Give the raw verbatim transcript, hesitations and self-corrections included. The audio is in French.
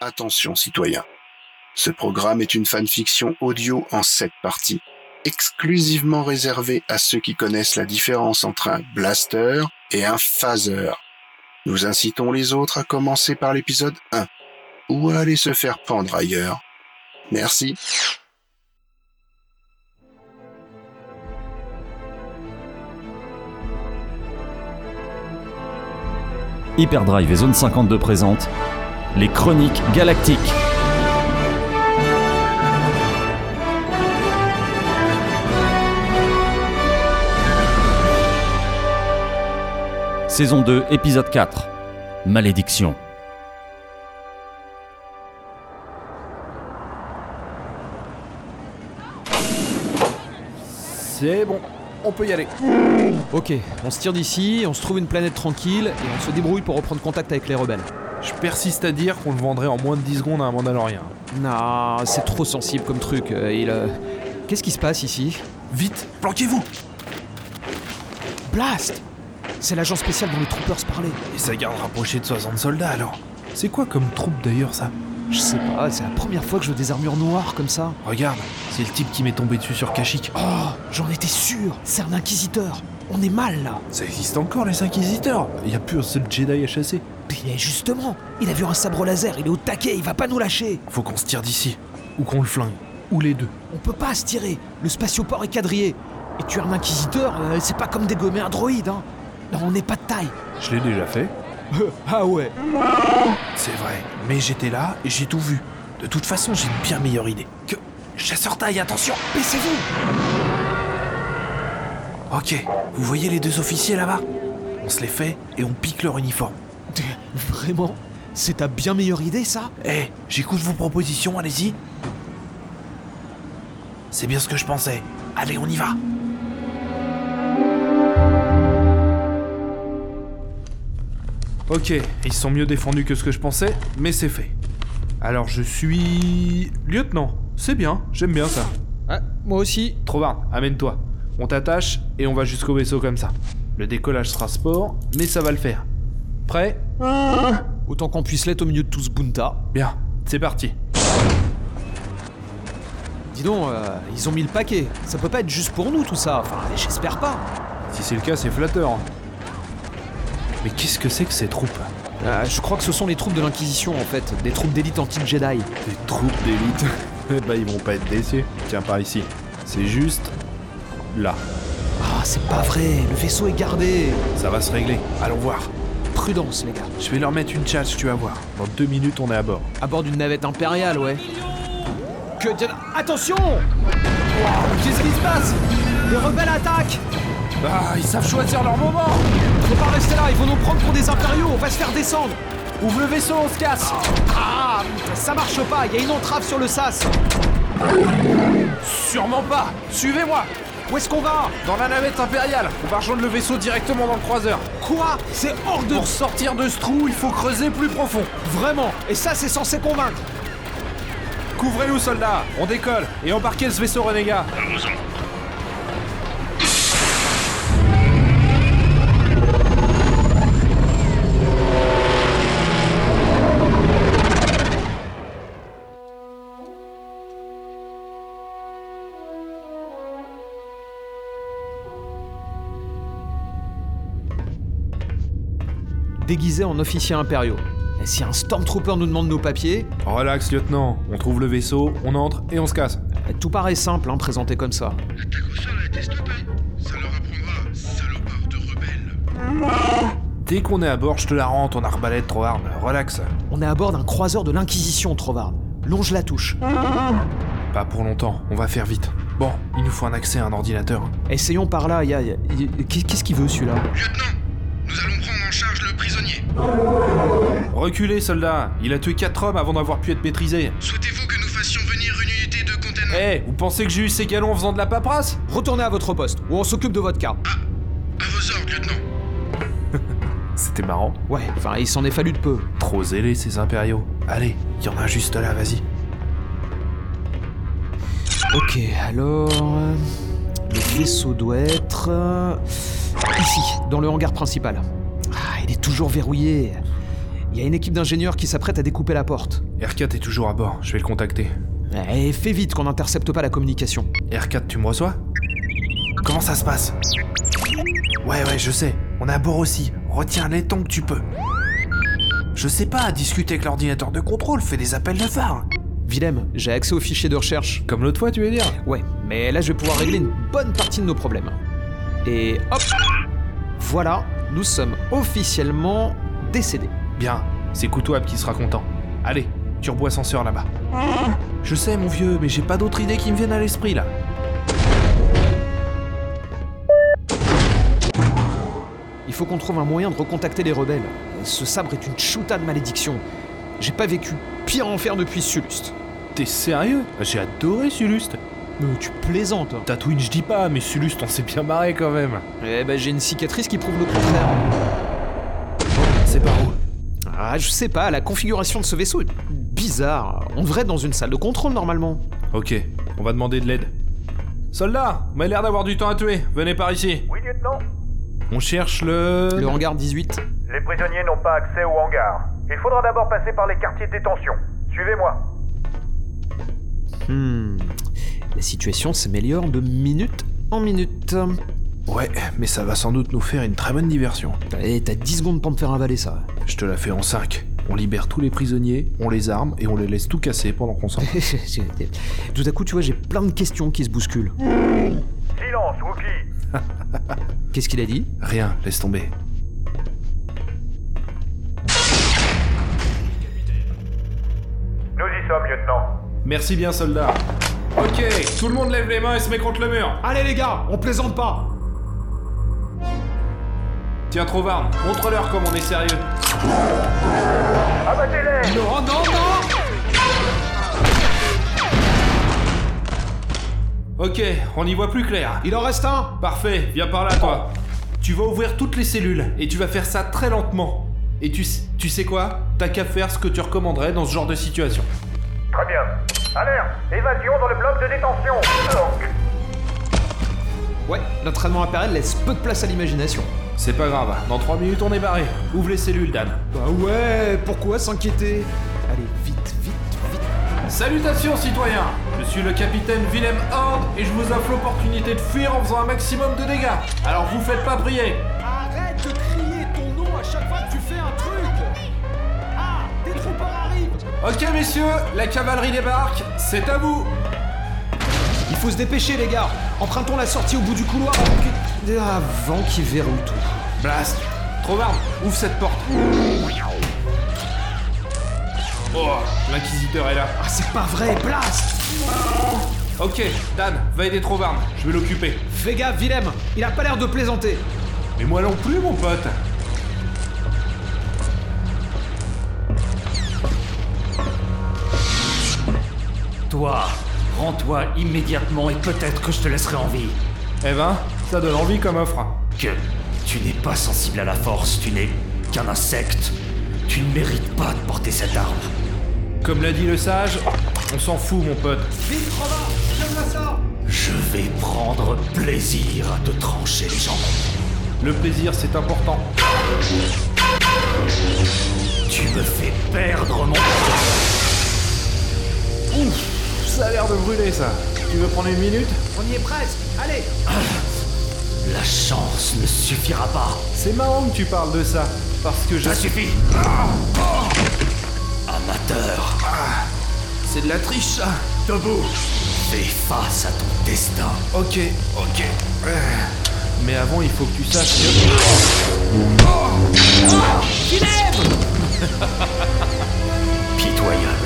Attention citoyens, ce programme est une fanfiction audio en sept parties, exclusivement réservée à ceux qui connaissent la différence entre un blaster et un phaser. Nous incitons les autres à commencer par l'épisode un, ou à aller se faire pendre ailleurs. Merci. Hyperdrive et Zone cinquante-deux présentent les Chroniques Galactiques. Saison deux, épisode quatre. Malédiction. C'est bon, on peut y aller. Ok, on se tire d'ici, on se trouve une planète tranquille et on se débrouille pour reprendre contact avec les rebelles. Je persiste à dire qu'on le vendrait en moins de dix secondes à un Mandalorien. Non, c'est trop sensible comme truc. Euh, il, euh... Qu'est-ce qui se passe ici ? Vite, planquez-vous! Blast ! C'est l'agent spécial dont les troopers parlaient. Et sa garde rapprochée de soixante soldats alors. C'est quoi comme troupe d'ailleurs ça? Je sais pas, c'est la première fois que je vois des armures noires comme ça. Regarde, c'est le type qui m'est tombé dessus sur Kashyyyk. Oh, j'en étais sûr, c'est un inquisiteur. On est mal là. Ça existe encore les inquisiteurs. Il y a plus un seul Jedi à chasser. Mais justement, il a vu un sabre laser, il est au taquet, il va pas nous lâcher. Faut qu'on se tire d'ici, ou qu'on le flingue, ou les deux. On peut pas se tirer, le spatioport est quadrillé. Et tuer un inquisiteur, euh, c'est pas comme dégommer un droïde, hein. Non, on n'est pas de taille. Je l'ai déjà fait. Ah ouais. C'est vrai, mais j'étais là et j'ai tout vu. De toute façon, j'ai une bien meilleure idée. Que... Chasseur taille, attention! Baissez-vous! Ok, vous voyez les deux officiers là-bas? On se les fait et on pique leur uniforme. Vraiment? C'est ta bien meilleure idée, ça? Eh, hey, j'écoute vos propositions, allez-y. C'est bien ce que je pensais. Allez, on y va. Ok, ils sont mieux défendus que ce que je pensais, mais c'est fait. Alors je suis... lieutenant. C'est bien, j'aime bien ça. Ah, moi aussi. Trovard, amène-toi. On t'attache et on va jusqu'au vaisseau comme ça. Le décollage sera sport, mais ça va le faire. Prêt ? Autant qu'on puisse l'être au milieu de tout ce bunta. Bien, c'est parti. Dis donc, euh, ils ont mis le paquet. Ça peut pas être juste pour nous tout ça. Enfin, j'espère pas. Si c'est le cas, c'est flatteur. Mais qu'est-ce que c'est que ces troupes ? euh, Je crois que ce sont les troupes de l'Inquisition en fait. Des troupes d'élite anti-Jedi. Des troupes d'élite ? Eh bah ils vont pas être déçus. Tiens, par ici. C'est juste... là. Ah, c'est pas vrai. Le vaisseau est gardé. Ça va se régler. Allons voir. Prudence, les gars. Je vais leur mettre une charge, tu vas voir. Dans deux minutes, on est à bord. À bord d'une navette impériale, ouais. Que... Attention ! Wow, qu'est-ce qui se passe ? Les rebelles attaquent ! Ah, ils savent choisir leur moment. Faut pas rester là, ils vont nous prendre pour des impériaux, on va se faire descendre. Ouvre le vaisseau, on se casse. Ah, ça marche pas, il y a une entrave sur le sas. Sûrement pas. Suivez-moi. Où est-ce qu'on va ? Dans la navette impériale. On va rejoindre le vaisseau directement dans le croiseur. Quoi ? C'est hors de... Pour sortir de ce trou, il faut creuser plus profond. Vraiment ? Et ça, c'est censé convaincre. Couvrez-nous, soldats. On décolle et embarquez ce vaisseau renégat. Déguisés en officiers impériaux. Et si un Stormtrooper nous demande nos papiers... Relax, lieutenant. On trouve le vaisseau, on entre et on se casse. Tout paraît simple, hein, présenté comme ça. L'attaque au sol a été stoppée. Ça leur apprendra, salopard de rebelles. Dès qu'on est à bord, je te la rends, ton arbalète, Trovard. Relax. On est à bord d'un croiseur de l'Inquisition, Trovard. Longe la touche. Pas pour longtemps, on va faire vite. Bon, il nous faut un accès à un ordinateur. Essayons par là, y'a... Y a, y a, qu'est-ce qu'il veut, celui-là ? Lieutenant, nous allons prendre en charge le prisonnier. Reculez, soldats. Il a tué quatre hommes avant d'avoir pu être maîtrisé. Souhaitez-vous que nous fassions venir une unité de containment ? Eh, hey, vous pensez que j'ai eu ces galons en faisant de la paperasse ? Retournez à votre poste, ou on s'occupe de votre cas. Ah, à vos ordres, lieutenant. C'était marrant. Ouais, enfin, il s'en est fallu de peu. Trop zélés, ces impériaux. Allez, il y en a juste là, vas-y. Ok, alors... euh, Le vaisseau doit être... euh, ici, dans le hangar principal. Ah, il est toujours verrouillé. Il y a une équipe d'ingénieurs qui s'apprête à découper la porte. R quatre est toujours à bord, je vais le contacter. Et fais vite qu'on n'intercepte pas la communication. R quatre, tu me reçois? Comment ça se passe? Ouais, ouais, je sais. On est à bord aussi. Retiens-les tant que tu peux. Je sais pas, discuter avec l'ordinateur de contrôle, fais des appels de phare. Willem, j'ai accès aux fichiers de recherche. Comme l'autre fois, tu veux dire? Ouais, mais là je vais pouvoir régler une bonne partie de nos problèmes. Et hop! Voilà, nous sommes officiellement décédés. Bien, c'est Coutoable qui sera content. Allez, turbo ascenseur là-bas. Je sais, mon vieux, mais j'ai pas d'autres idées qui me viennent à l'esprit là. Il faut qu'on trouve un moyen de recontacter les rebelles. Ce sabre est une chouta de malédiction. J'ai pas vécu pire enfer depuis Suluste. T'es sérieux? J'ai adoré Suluste. Mais tu plaisantes. Tatooine, je dis pas, mais Suluste, on s'est bien marré quand même. Eh ben j'ai une cicatrice qui prouve le contraire. C'est par où? Ah, je sais pas, la configuration de ce vaisseau est bizarre. On devrait être dans une salle de contrôle normalement. Ok, on va demander de l'aide. Soldats, on m'a l'air d'avoir du temps à tuer. Venez par ici. Oui, lieutenant. On cherche le... Le hangar dix-huit. Les prisonniers n'ont pas accès au hangar. Il faudra d'abord passer par les quartiers de détention. Suivez-moi. Hmm. La situation s'améliore de minute en minute. Ouais, mais ça va sans doute nous faire une très bonne diversion. Et t'as dix secondes pour me faire avaler ça. Je te la fais en cinq. On libère tous les prisonniers, on les arme et on les laisse tout casser pendant qu'on s'en va. Tout à coup, tu vois, j'ai plein de questions qui se bousculent. Silence, Wookie. Qu'est-ce qu'il a dit? Rien, laisse tomber. Nous y sommes, lieutenant. Merci bien, soldat. Ok, tout le monde lève les mains et se met contre le mur. Allez les gars, on plaisante pas. Tiens, Trovarne, montre-leur comme on est sérieux. Abattez-les. Non, non, non. Ok, on y voit plus clair. Il en reste un. Parfait, viens par là, toi. Tu vas ouvrir toutes les cellules et tu vas faire ça très lentement. Et tu, tu sais quoi? T'as qu'à faire ce que tu recommanderais dans ce genre de situation. Très bien. Alerte. Évasion dans le bloc de détention. Donc. Ouais, l'entraînement à Perel laisse peu de place à l'imagination. C'est pas grave, dans trois minutes on est barré. Ouvre les cellules, Dan. Bah ouais, pourquoi s'inquiéter? Allez, vite, vite, vite. Salutations, citoyens. Je suis le capitaine Willem Horde et je vous offre l'opportunité de fuir en faisant un maximum de dégâts. Alors vous faites pas prier. Arrête de crier ton nom à chaque fois que tu fais un truc. Ah, des troupes arrivent. Ok messieurs, la cavalerie débarque, c'est à vous. Il faut se dépêcher les gars. Empruntons la sortie au bout du couloir avant qu'ils verrouillent tout. Blast. Trovarne, ouvre cette porte. Oh, l'inquisiteur est là. Ah c'est pas vrai, blast. Ok, Dan, va aider Trovarne, je vais l'occuper. Fais gaffe Willem, il a pas l'air de plaisanter. Mais moi non plus mon pote. Toi, rends-toi immédiatement et peut-être que je te laisserai en vie. Eh ben, ça donne envie comme offre. Que tu n'es pas sensible à la force, tu n'es qu'un insecte. Tu ne mérites pas de porter cette arme. Comme l'a dit le sage, on s'en fout mon pote. Vite Robin, donne-moi ça. Je vais prendre plaisir à te trancher les jambes. Le plaisir c'est important. Tu me fais perdre mon... Ouf, ça a l'air de brûler ça. Tu veux prendre une minute? On y est presque, allez. La chance ne suffira pas. C'est marrant que tu parles de ça, parce que je... Ça suffit. Amateur. C'est de la triche ça. Debout. Fais face à ton destin. Ok, ok. Mais avant il faut que tu saches que... Pitoyable.